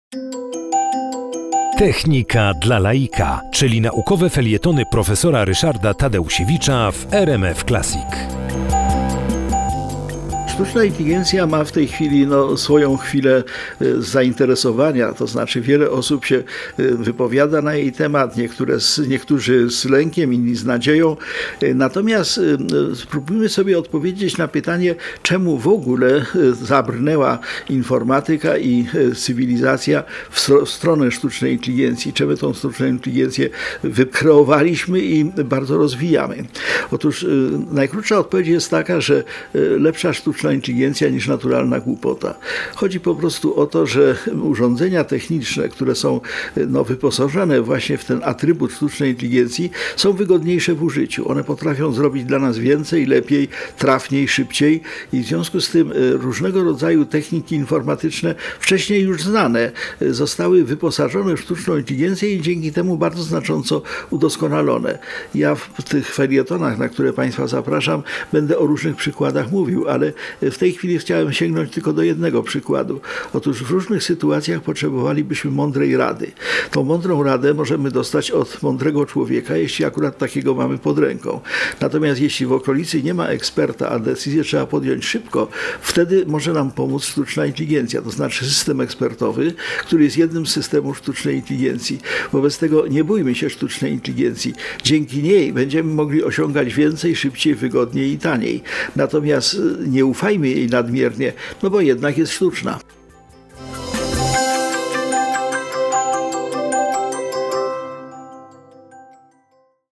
Technika dla laika, czyli naukowe felietony profesora Ryszarda Tadeusiewicza w RMF Classic. Sztuczna inteligencja ma w tej chwili swoją chwilę zainteresowania, to znaczy wiele osób się wypowiada na jej temat, niektórzy z lękiem, inni z nadzieją. Natomiast spróbujmy sobie odpowiedzieć na pytanie, czemu w ogóle zabrnęła informatyka i cywilizacja w stronę sztucznej inteligencji, czemu tą sztuczną inteligencję wykreowaliśmy i bardzo rozwijamy. Otóż najkrótsza odpowiedź jest taka, że lepsza sztuczna inteligencja niż naturalna głupota. Chodzi po prostu o to, że urządzenia techniczne, które są wyposażone właśnie w ten atrybut sztucznej inteligencji, są wygodniejsze w użyciu. One potrafią zrobić dla nas więcej, lepiej, trafniej, szybciej i w związku z tym różnego rodzaju techniki informatyczne, wcześniej już znane, zostały wyposażone w sztuczną inteligencję i dzięki temu bardzo znacząco udoskonalone. Ja w tych felietonach, na które Państwa zapraszam, będę o różnych przykładach mówił, ale w tej chwili chciałem sięgnąć tylko do jednego przykładu. Otóż w różnych sytuacjach potrzebowalibyśmy mądrej rady. Tą mądrą radę możemy dostać od mądrego człowieka, jeśli akurat takiego mamy pod ręką. Natomiast jeśli w okolicy nie ma eksperta, a decyzję trzeba podjąć szybko, wtedy może nam pomóc sztuczna inteligencja, to znaczy system ekspertowy, który jest jednym z systemów sztucznej inteligencji. Wobec tego nie bójmy się sztucznej inteligencji. Dzięki niej będziemy mogli osiągać więcej, szybciej, wygodniej i taniej. Natomiast nie ufajmy jej nadmiernie, bo jednak jest sztuczna.